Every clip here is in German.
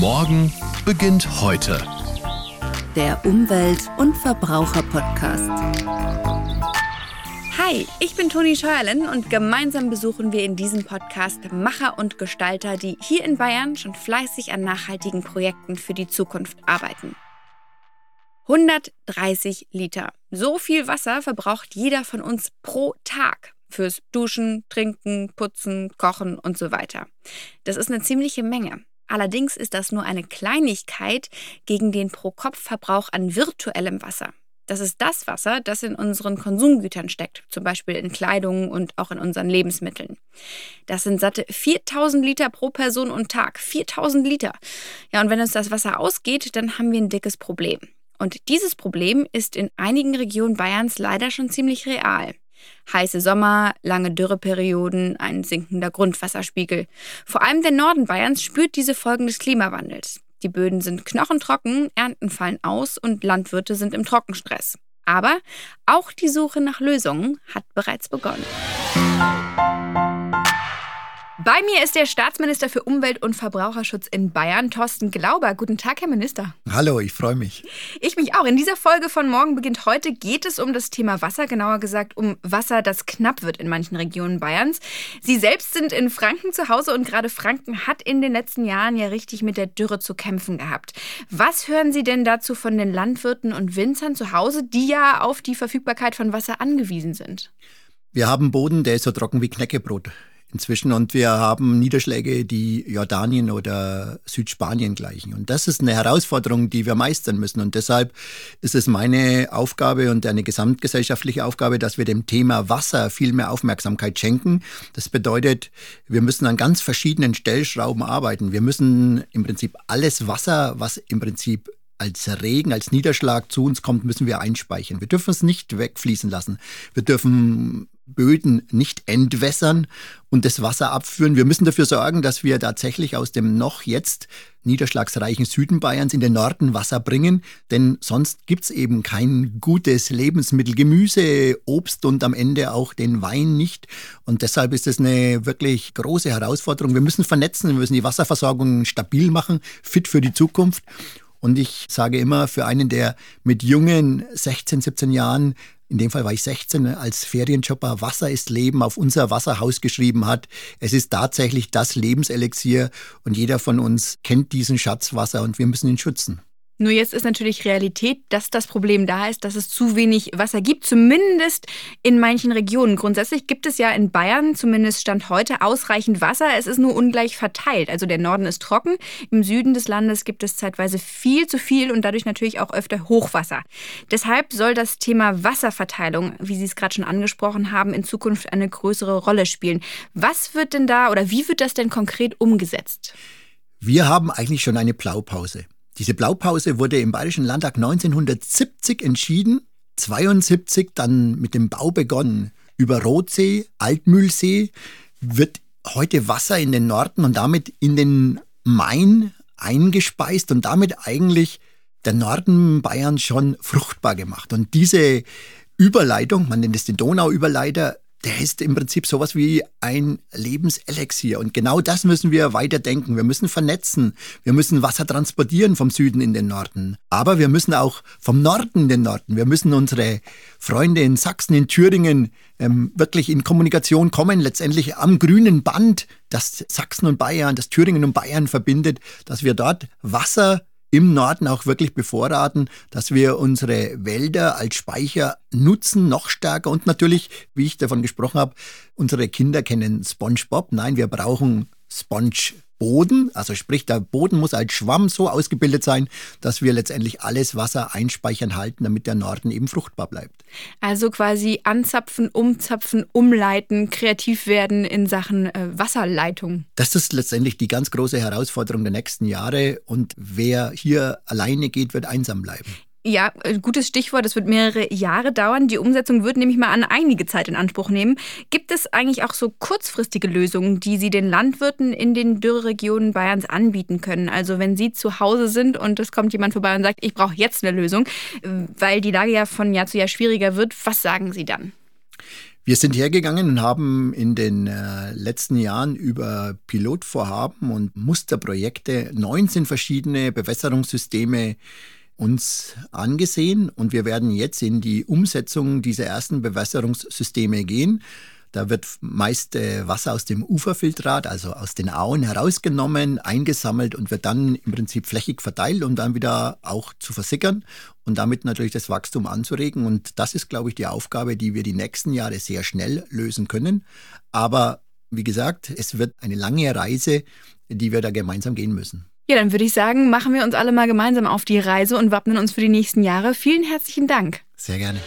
Morgen beginnt heute. Der Umwelt- und Verbraucher-Podcast. Hi, ich bin Toni Scheuerlen und gemeinsam besuchen wir in diesem Podcast Macher und Gestalter, die hier in Bayern schon fleißig an nachhaltigen Projekten für die Zukunft arbeiten. 130 Liter. So viel Wasser verbraucht jeder von uns pro Tag. Fürs Duschen, Trinken, Putzen, Kochen und so weiter. Das ist eine ziemliche Menge. Allerdings ist das nur eine Kleinigkeit gegen den Pro-Kopf-Verbrauch an virtuellem Wasser. Das ist das Wasser, das in unseren Konsumgütern steckt, zum Beispiel in Kleidung und auch in unseren Lebensmitteln. Das sind satte 4000 Liter pro Person und Tag. 4000 Liter. Ja, und wenn uns das Wasser ausgeht, dann haben wir ein dickes Problem. Und dieses Problem ist in einigen Regionen Bayerns leider schon ziemlich real. Heiße Sommer, lange Dürreperioden, ein sinkender Grundwasserspiegel. Vor allem der Norden Bayerns spürt diese Folgen des Klimawandels. Die Böden sind knochentrocken, Ernten fallen aus und Landwirte sind im Trockenstress. Aber auch die Suche nach Lösungen hat bereits begonnen. Bei mir ist der Staatsminister für Umwelt- und Verbraucherschutz in Bayern, Thorsten Glauber. Guten Tag, Herr Minister. Hallo, ich freue mich. Ich mich auch. In dieser Folge von Morgen beginnt heute geht es um das Thema Wasser, genauer gesagt um Wasser, das knapp wird in manchen Regionen Bayerns. Sie selbst sind in Franken zu Hause und gerade Franken hat in den letzten Jahren ja richtig mit der Dürre zu kämpfen gehabt. Was hören Sie denn dazu von den Landwirten und Winzern zu Hause, die ja auf die Verfügbarkeit von Wasser angewiesen sind? Wir haben Boden, der ist so trocken wie Knäckebrot inzwischen und wir haben Niederschläge, die Jordanien oder Südspanien gleichen. Und das ist eine Herausforderung, die wir meistern müssen. Und deshalb ist es meine Aufgabe und eine gesamtgesellschaftliche Aufgabe, dass wir dem Thema Wasser viel mehr Aufmerksamkeit schenken. Das bedeutet, wir müssen an ganz verschiedenen Stellschrauben arbeiten. Wir müssen im Prinzip alles Wasser, was im Prinzip als Regen, als Niederschlag zu uns kommt, müssen wir einspeichern. Wir dürfen es nicht wegfließen lassen. Wir dürfen Böden nicht entwässern und das Wasser abführen. Wir müssen dafür sorgen, dass wir tatsächlich aus dem noch jetzt niederschlagsreichen Süden Bayerns in den Norden Wasser bringen, denn sonst gibt's eben kein gutes Lebensmittel, Gemüse, Obst und am Ende auch den Wein nicht. Und deshalb ist es eine wirklich große Herausforderung. Wir müssen vernetzen, wir müssen die Wasserversorgung stabil machen, fit für die Zukunft. Und ich sage immer, für einen, der mit jungen 16, 17 Jahren, in dem Fall war ich 16, als Ferienjobber Wasser ist Leben auf unser Wasserhaus geschrieben hat, es ist tatsächlich das Lebenselixier und jeder von uns kennt diesen Schatz Wasser und wir müssen ihn schützen. Nur jetzt ist natürlich Realität, dass das Problem da ist, dass es zu wenig Wasser gibt, zumindest in manchen Regionen. Grundsätzlich gibt es ja in Bayern, zumindest Stand heute, ausreichend Wasser. Es ist nur ungleich verteilt. Also der Norden ist trocken, im Süden des Landes gibt es zeitweise viel zu viel und dadurch natürlich auch öfter Hochwasser. Deshalb soll das Thema Wasserverteilung, wie Sie es gerade schon angesprochen haben, in Zukunft eine größere Rolle spielen. Was wird denn da oder wie wird das denn konkret umgesetzt? Wir haben eigentlich schon eine Blaupause. Diese Blaupause wurde im Bayerischen Landtag 1970 entschieden, 1972 dann mit dem Bau begonnen. Über Rothsee, Altmühlsee wird heute Wasser in den Norden und damit in den Main eingespeist und damit eigentlich der Norden Bayerns schon fruchtbar gemacht. Und diese Überleitung, man nennt es den Donauüberleiter, der ist im Prinzip sowas wie ein Lebenselixier. Und genau das müssen wir weiterdenken. Wir müssen vernetzen. Wir müssen Wasser transportieren vom Süden in den Norden. Aber wir müssen auch vom Norden in den Norden. Wir müssen unsere Freunde in Sachsen, in Thüringen wirklich in Kommunikation kommen. Letztendlich am grünen Band, das Sachsen und Bayern, das Thüringen und Bayern verbindet, dass wir dort Wasser im Norden auch wirklich bevorraten, dass wir unsere Wälder als Speicher nutzen, noch stärker. Und natürlich, wie ich davon gesprochen habe, unsere Kinder kennen SpongeBob. Nein, wir brauchen Spongeboden. Also sprich, der Boden muss als Schwamm so ausgebildet sein, dass wir letztendlich alles Wasser einspeichern halten, damit der Norden eben fruchtbar bleibt. Also quasi anzapfen, umzapfen, umleiten, kreativ werden in Sachen Wasserleitung. Das ist letztendlich die ganz große Herausforderung der nächsten Jahre. Und wer hier alleine geht, wird einsam bleiben. Ja, gutes Stichwort. Es wird mehrere Jahre dauern. Die Umsetzung wird nämlich mal einige Zeit in Anspruch nehmen. Gibt es eigentlich auch so kurzfristige Lösungen, die Sie den Landwirten in den Dürreregionen Bayerns anbieten können? Also wenn Sie zu Hause sind und es kommt jemand vorbei und sagt, ich brauche jetzt eine Lösung, weil die Lage ja von Jahr zu Jahr schwieriger wird, was sagen Sie dann? Wir sind hergegangen und haben in den letzten Jahren über Pilotvorhaben und Musterprojekte 19 verschiedene Bewässerungssysteme uns angesehen und wir werden jetzt in die Umsetzung dieser ersten Bewässerungssysteme gehen. Da wird meist Wasser aus dem Uferfiltrat, also aus den Auen herausgenommen, eingesammelt und wird dann im Prinzip flächig verteilt, um dann wieder auch zu versickern und damit natürlich das Wachstum anzuregen. Und das ist, glaube ich, die Aufgabe, die wir die nächsten Jahre sehr schnell lösen können. Aber wie gesagt, es wird eine lange Reise, die wir da gemeinsam gehen müssen. Ja, dann würde ich sagen, machen wir uns alle mal gemeinsam auf die Reise und wappnen uns für die nächsten Jahre. Vielen herzlichen Dank. Sehr gerne.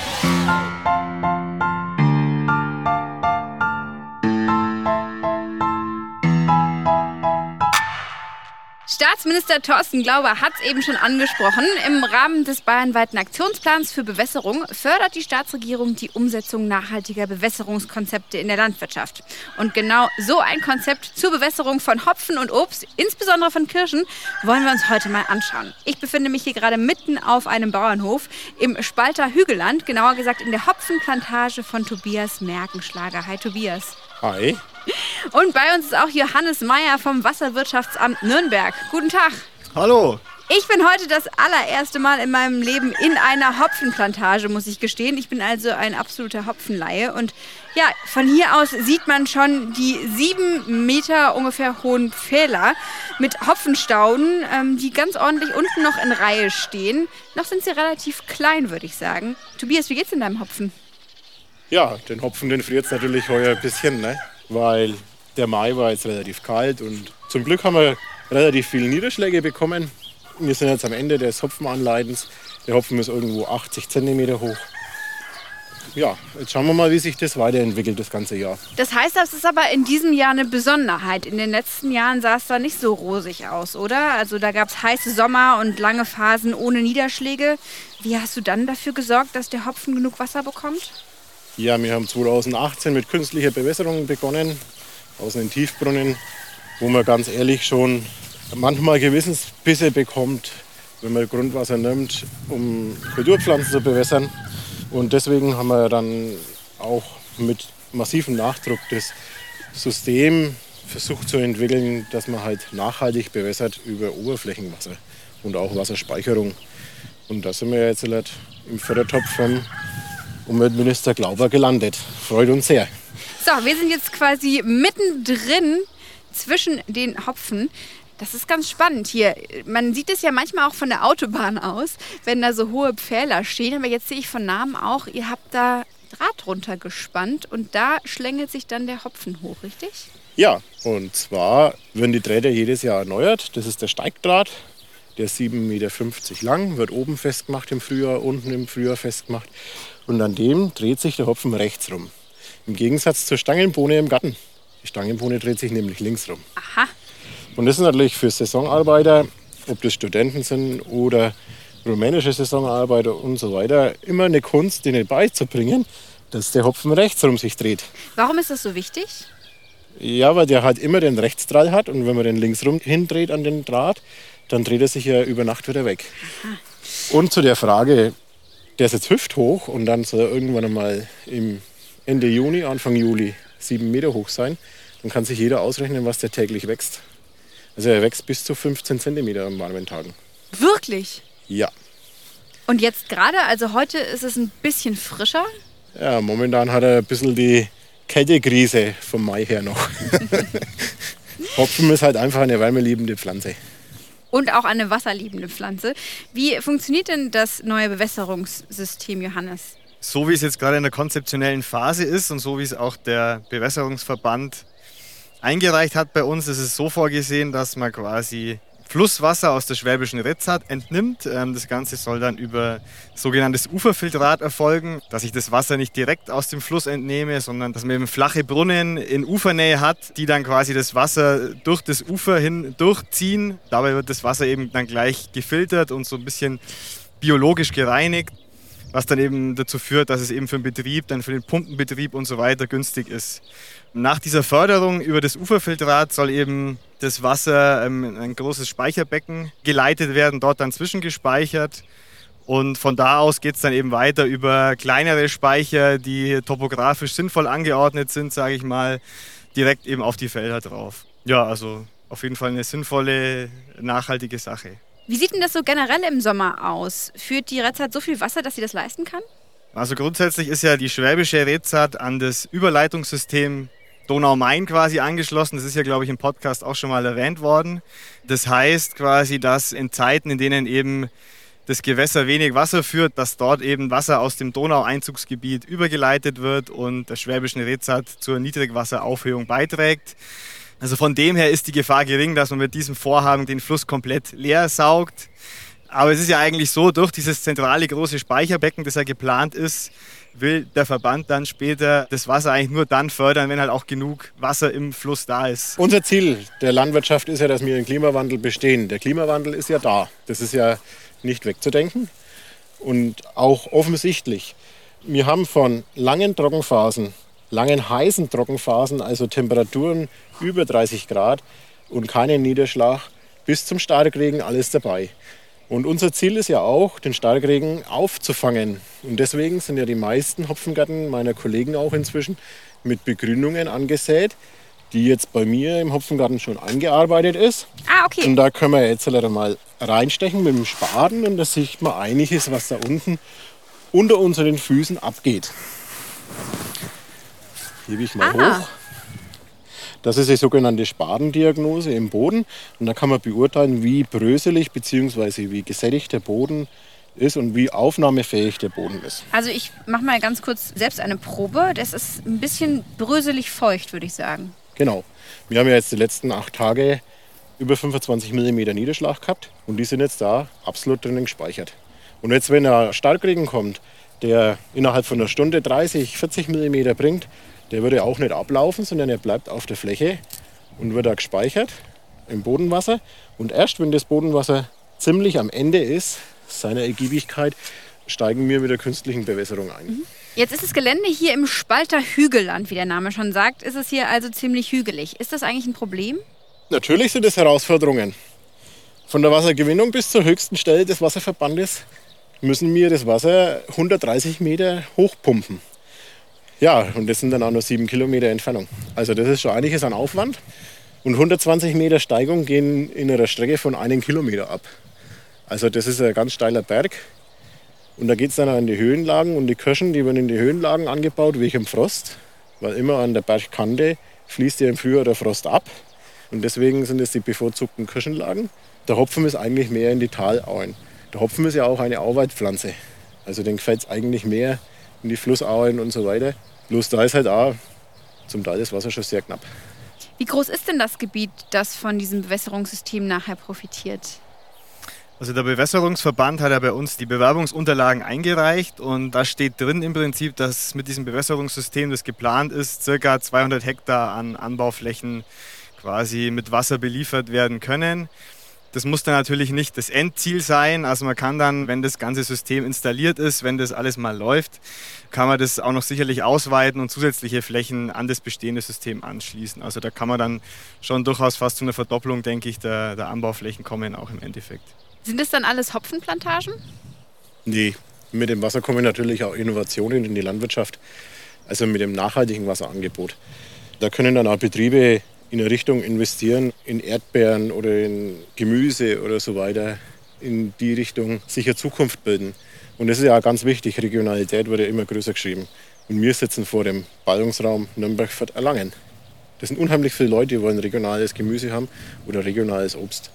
Staatsminister Thorsten Glauber hat es eben schon angesprochen. Im Rahmen des bayernweiten Aktionsplans für Bewässerung fördert die Staatsregierung die Umsetzung nachhaltiger Bewässerungskonzepte in der Landwirtschaft. Und genau so ein Konzept zur Bewässerung von Hopfen und Obst, insbesondere von Kirschen, wollen wir uns heute mal anschauen. Ich befinde mich hier gerade mitten auf einem Bauernhof im Spalter Hügelland, genauer gesagt in der Hopfenplantage von Tobias Merkenschlager. Hi Tobias. Hi. Und bei uns ist auch Johannes Meyer vom Wasserwirtschaftsamt Nürnberg. Guten Tag. Hallo. Ich bin heute das allererste Mal in meinem Leben in einer Hopfenplantage, muss ich gestehen. Ich bin also ein absoluter Hopfenlaie. Und ja, von hier aus sieht man schon die 7 Meter ungefähr hohen Pfähler mit Hopfenstauden, die ganz ordentlich unten noch in Reihe stehen. Noch sind sie relativ klein, würde ich sagen. Tobias, wie geht's in deinem Hopfen? Ja, den Hopfen, den friert es natürlich heuer ein bisschen, ne? Weil der Mai war jetzt relativ kalt und zum Glück haben wir relativ viele Niederschläge bekommen. Wir sind jetzt am Ende des Hopfenanleitens. Der Hopfen ist irgendwo 80 cm hoch. Ja, jetzt schauen wir mal, wie sich das weiterentwickelt das ganze Jahr. Das heißt, das ist aber in diesem Jahr eine Besonderheit. In den letzten Jahren sah es da nicht so rosig aus, oder? Also da gab es heiße Sommer und lange Phasen ohne Niederschläge. Wie hast du dann dafür gesorgt, dass der Hopfen genug Wasser bekommt? Ja, wir haben 2018 mit künstlicher Bewässerung begonnen, aus den Tiefbrunnen, wo man ganz ehrlich schon manchmal Gewissensbisse bekommt, wenn man Grundwasser nimmt, um Kulturpflanzen zu bewässern. Und deswegen haben wir dann auch mit massivem Nachdruck das System versucht zu entwickeln, dass man halt nachhaltig bewässert über Oberflächenwasser und auch Wasserspeicherung. Und da sind wir jetzt halt im Fördertopf vom Umweltminister Glauber gelandet. Freut uns sehr. So, wir sind jetzt quasi mittendrin zwischen den Hopfen. Das ist ganz spannend hier. Man sieht es ja manchmal auch von der Autobahn aus, wenn da so hohe Pfähler stehen. Aber jetzt sehe ich von Namen auch, ihr habt da Draht runtergespannt und da schlängelt sich dann der Hopfen hoch, richtig? Ja, und zwar werden die Drähte jedes Jahr erneuert. Das ist der Steigdraht. Der ist 7,50 Meter lang, wird oben festgemacht im Frühjahr, unten im Frühjahr festgemacht. Und an dem dreht sich der Hopfen rechts rum. Im Gegensatz zur Stangenbohne im Garten. Die Stangenbohne dreht sich nämlich links rum. Aha. Und das ist natürlich für Saisonarbeiter, ob das Studenten sind oder rumänische Saisonarbeiter und so weiter, immer eine Kunst, denen beizubringen, dass der Hopfen rechts rum sich dreht. Warum ist das so wichtig? Ja, weil der halt immer den Rechtsdraht hat und wenn man den links rum hindreht an den Draht, dann dreht er sich ja über Nacht wieder weg. Aha. Und zu der Frage, der ist jetzt hüfthoch und dann soll er irgendwann einmal im Ende Juni, Anfang Juli 7 Meter hoch sein, dann kann sich jeder ausrechnen, was der täglich wächst. Also er wächst bis zu 15 Zentimeter an warmen Tagen. Wirklich? Ja. Und jetzt gerade, also heute ist es ein bisschen frischer? Ja, momentan hat er ein bisschen die Kältekrise vom Mai her noch. Hopfen ist halt einfach eine wärmeliebende Pflanze. Und auch eine wasserliebende Pflanze. Wie funktioniert denn das neue Bewässerungssystem, Johannes? So wie es jetzt gerade in der konzeptionellen Phase ist und so wie es auch der Bewässerungsverband eingereicht hat bei uns, ist es so vorgesehen, dass man quasi Flusswasser aus der Schwäbischen Rezat entnimmt. Das Ganze soll dann über sogenanntes Uferfiltrat erfolgen, dass ich das Wasser nicht direkt aus dem Fluss entnehme, sondern dass man eben flache Brunnen in Ufernähe hat, die dann quasi das Wasser durch das Ufer hin durchziehen. Dabei wird das Wasser eben dann gleich gefiltert und so ein bisschen biologisch gereinigt, was dann eben dazu führt, dass es eben für den Betrieb, dann für den Pumpenbetrieb und so weiter günstig ist. Nach dieser Förderung über das Uferfiltrat soll eben das Wasser in ein großes Speicherbecken geleitet werden, dort dann zwischengespeichert Und von da aus geht es dann eben weiter über kleinere Speicher, die topografisch sinnvoll angeordnet sind, sage ich mal, direkt eben auf die Felder drauf. Ja, also auf jeden Fall eine sinnvolle, nachhaltige Sache. Wie sieht denn das so generell im Sommer aus? Führt die Rezat so viel Wasser, dass sie das leisten kann? Also grundsätzlich ist ja die Schwäbische Rezat an das Überleitungssystem Donau-Main quasi angeschlossen. Das ist ja, glaube ich, im Podcast auch schon mal erwähnt worden. Das heißt quasi, dass in Zeiten, in denen eben das Gewässer wenig Wasser führt, dass dort eben Wasser aus dem Donaueinzugsgebiet übergeleitet wird und der Schwäbischen Rezat zur Niedrigwasseraufhöhung beiträgt. Also von dem her ist die Gefahr gering, dass man mit diesem Vorhaben den Fluss komplett leer saugt. Aber es ist ja eigentlich so, durch dieses zentrale große Speicherbecken, das ja geplant ist, will der Verband dann später das Wasser eigentlich nur dann fördern, wenn halt auch genug Wasser im Fluss da ist. Unser Ziel der Landwirtschaft ist ja, dass wir den Klimawandel bestehen. Der Klimawandel ist ja da. Das ist ja nicht wegzudenken und auch offensichtlich. Wir haben von langen Trockenphasen, langen heißen Trockenphasen, also Temperaturen über 30 Grad und keinen Niederschlag, bis zum Starkregen alles dabei. Und unser Ziel ist ja auch, den Starkregen aufzufangen. Und deswegen sind ja die meisten Hopfengärten meiner Kollegen auch inzwischen mit Begrünungen angesät, die jetzt bei mir im Hopfengarten schon eingearbeitet ist. Ah, okay. Und da können wir jetzt mal reinstechen mit dem Spaten und da sieht man einiges, was da unten unter unseren Füßen abgeht. Hebe ich mal hoch. Das ist die sogenannte Spatendiagnose im Boden. Und da kann man beurteilen, wie bröselig bzw. wie gesättigt der Boden ist und wie aufnahmefähig der Boden ist. Also ich mache mal ganz kurz selbst eine Probe. Das ist ein bisschen bröselig feucht, würde ich sagen. Genau. Wir haben ja jetzt die letzten 8 Tage über 25 mm Niederschlag gehabt. Und die sind jetzt da absolut drinnen gespeichert. Und jetzt, wenn ein Starkregen kommt, der innerhalb von einer Stunde 30, 40 mm bringt, der würde auch nicht ablaufen, sondern er bleibt auf der Fläche und wird da gespeichert im Bodenwasser. Und erst wenn das Bodenwasser ziemlich am Ende ist, seiner Ergiebigkeit, steigen wir mit der künstlichen Bewässerung ein. Jetzt ist das Gelände hier im Spalter Hügelland, wie der Name schon sagt. Ist es hier also ziemlich hügelig. Ist das eigentlich ein Problem? Natürlich sind das Herausforderungen. Von der Wassergewinnung bis zur höchsten Stelle des Wasserverbandes müssen wir das Wasser 130 Meter hochpumpen. Ja, und das sind dann auch nur 7 Kilometer Entfernung. Also das ist schon einiges an Aufwand. Und 120 Meter Steigung gehen in einer Strecke von 1 Kilometer ab. Also das ist ein ganz steiler Berg. Und da geht es dann an die Höhenlagen und die Kirschen, die werden in die Höhenlagen angebaut, wie im Frost. Weil immer an der Bergkante fließt ja im Frühjahr der Frost ab. Und deswegen sind es die bevorzugten Kirschenlagen. Der Hopfen ist eigentlich mehr in die Talauen. Der Hopfen ist ja auch eine Auwaldpflanze. Also den gefällt es eigentlich mehr in die Flussauen und so weiter. Bloß da ist halt auch zum Teil das Wasser schon sehr knapp. Wie groß ist denn das Gebiet, das von diesem Bewässerungssystem nachher profitiert? Also der Bewässerungsverband hat ja bei uns die Bewerbungsunterlagen eingereicht und da steht drin im Prinzip, dass mit diesem Bewässerungssystem, das geplant ist, ca. 200 Hektar an Anbauflächen quasi mit Wasser beliefert werden können. Das muss dann natürlich nicht das Endziel sein. Also man kann dann, wenn das ganze System installiert ist, wenn das alles mal läuft, kann man das auch noch sicherlich ausweiten und zusätzliche Flächen an das bestehende System anschließen. Also da kann man dann schon durchaus fast zu einer Verdopplung, denke ich, der Anbauflächen kommen, auch im Endeffekt. Sind das dann alles Hopfenplantagen? Nee, mit dem Wasser kommen natürlich auch Innovationen in die Landwirtschaft, also mit dem nachhaltigen Wasserangebot. Da können dann auch Betriebe in eine Richtung investieren, in Erdbeeren oder in Gemüse oder so weiter, in die Richtung sicher Zukunft bilden. Und das ist ja auch ganz wichtig, Regionalität wird ja immer größer geschrieben. Und wir sitzen vor dem Ballungsraum Nürnberg-Fürth-Erlangen. Das sind unheimlich viele Leute, die wollen regionales Gemüse haben oder regionales Obst.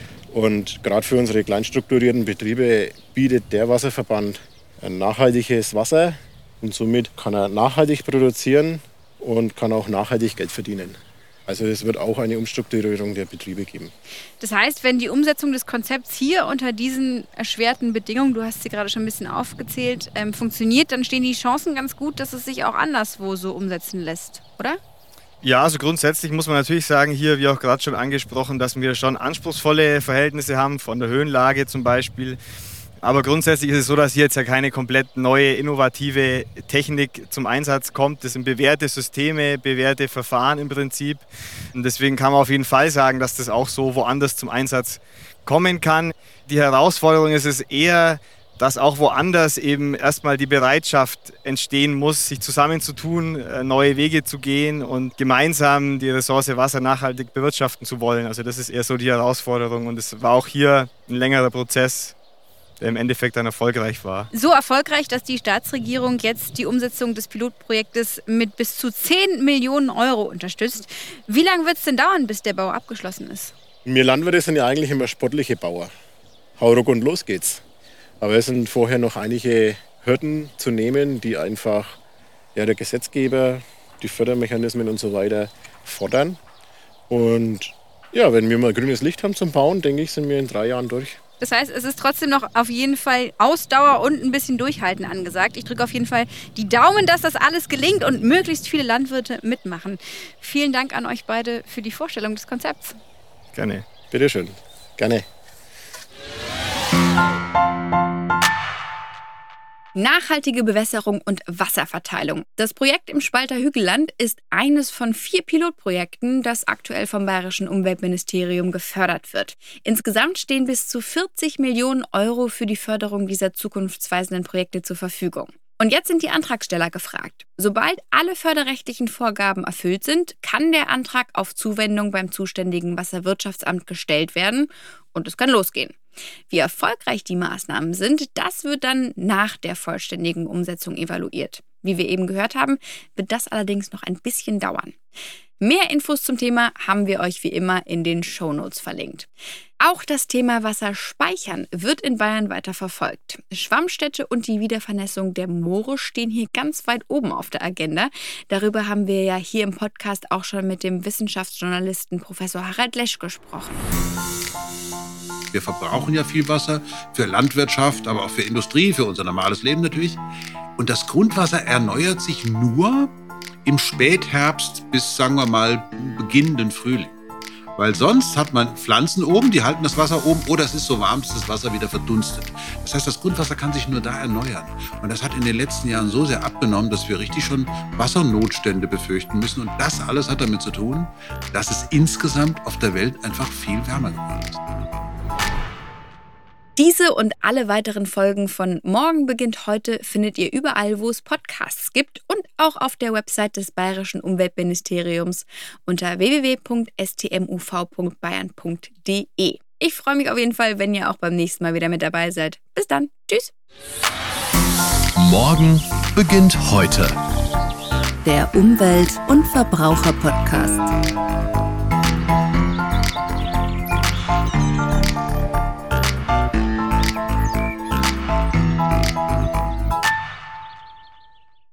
Und gerade für unsere kleinstrukturierten Betriebe bietet der Wasserverband ein nachhaltiges Wasser und somit kann er nachhaltig produzieren und kann auch nachhaltig Geld verdienen. Also es wird auch eine Umstrukturierung der Betriebe geben. Das heißt, wenn die Umsetzung des Konzepts hier unter diesen erschwerten Bedingungen, du hast sie gerade schon ein bisschen aufgezählt, funktioniert, dann stehen die Chancen ganz gut, dass es sich auch anderswo so umsetzen lässt, oder? Ja, also grundsätzlich muss man natürlich sagen, hier, wie auch gerade schon angesprochen, dass wir schon anspruchsvolle Verhältnisse haben, von der Höhenlage zum Beispiel. Aber grundsätzlich ist es so, dass hier jetzt ja keine komplett neue, innovative Technik zum Einsatz kommt. Das sind bewährte Systeme, bewährte Verfahren im Prinzip. Und deswegen kann man auf jeden Fall sagen, dass das auch so woanders zum Einsatz kommen kann. Die Herausforderung ist es eher, dass auch woanders eben erstmal die Bereitschaft entstehen muss, sich zusammenzutun, neue Wege zu gehen und gemeinsam die Ressource Wasser nachhaltig bewirtschaften zu wollen. Also das ist eher so die Herausforderung und es war auch hier ein längerer Prozess, der im Endeffekt dann erfolgreich war. So erfolgreich, dass die Staatsregierung jetzt die Umsetzung des Pilotprojektes mit bis zu 10 Millionen Euro unterstützt. Wie lange wird es denn dauern, bis der Bau abgeschlossen ist? Wir Landwirte sind ja eigentlich immer sportliche Bauer. Hau ruck und los geht's. Aber es sind vorher noch einige Hürden zu nehmen, die einfach der Gesetzgeber, die Fördermechanismen und so weiter fordern. Und ja, wenn wir mal grünes Licht haben zum Bauen, denke ich, sind wir in 3 Jahren durch. Das heißt, es ist trotzdem noch auf jeden Fall Ausdauer und ein bisschen Durchhalten angesagt. Ich drücke auf jeden Fall die Daumen, dass das alles gelingt und möglichst viele Landwirte mitmachen. Vielen Dank an euch beide für die Vorstellung des Konzepts. Gerne. Bitteschön. Gerne. Nachhaltige Bewässerung und Wasserverteilung. Das Projekt im Spalter Hügelland ist eines von 4 Pilotprojekten, das aktuell vom Bayerischen Umweltministerium gefördert wird. Insgesamt stehen bis zu 40 Millionen Euro für die Förderung dieser zukunftsweisenden Projekte zur Verfügung. Und jetzt sind die Antragsteller gefragt. Sobald alle förderrechtlichen Vorgaben erfüllt sind, kann der Antrag auf Zuwendung beim zuständigen Wasserwirtschaftsamt gestellt werden und es kann losgehen. Wie erfolgreich die Maßnahmen sind, das wird dann nach der vollständigen Umsetzung evaluiert. Wie wir eben gehört haben, wird das allerdings noch ein bisschen dauern. Mehr Infos zum Thema haben wir euch wie immer in den Shownotes verlinkt. Auch das Thema Wasserspeichern wird in Bayern weiter verfolgt. Schwammstädte und die Wiedervernässung der Moore stehen hier ganz weit oben auf der Agenda. Darüber haben wir ja hier im Podcast auch schon mit dem Wissenschaftsjournalisten Professor Harald Lesch gesprochen. Wir verbrauchen ja viel Wasser für Landwirtschaft, aber auch für Industrie, für unser normales Leben natürlich. Und das Grundwasser erneuert sich nur im Spätherbst bis, sagen wir mal, beginnenden Frühling. Weil sonst hat man Pflanzen oben, die halten das Wasser oben, oder es ist so warm, dass das Wasser wieder verdunstet. Das heißt, das Grundwasser kann sich nur da erneuern. Und das hat in den letzten Jahren so sehr abgenommen, dass wir richtig schon Wassernotstände befürchten müssen. Und das alles hat damit zu tun, dass es insgesamt auf der Welt einfach viel wärmer geworden ist. Diese und alle weiteren Folgen von Morgen beginnt heute findet ihr überall, wo es Podcasts gibt und auch auf der Website des Bayerischen Umweltministeriums unter www.stmuv.bayern.de. Ich freue mich auf jeden Fall, wenn ihr auch beim nächsten Mal wieder mit dabei seid. Bis dann. Tschüss. Morgen beginnt heute. Der Umwelt- und Verbraucher-Podcast.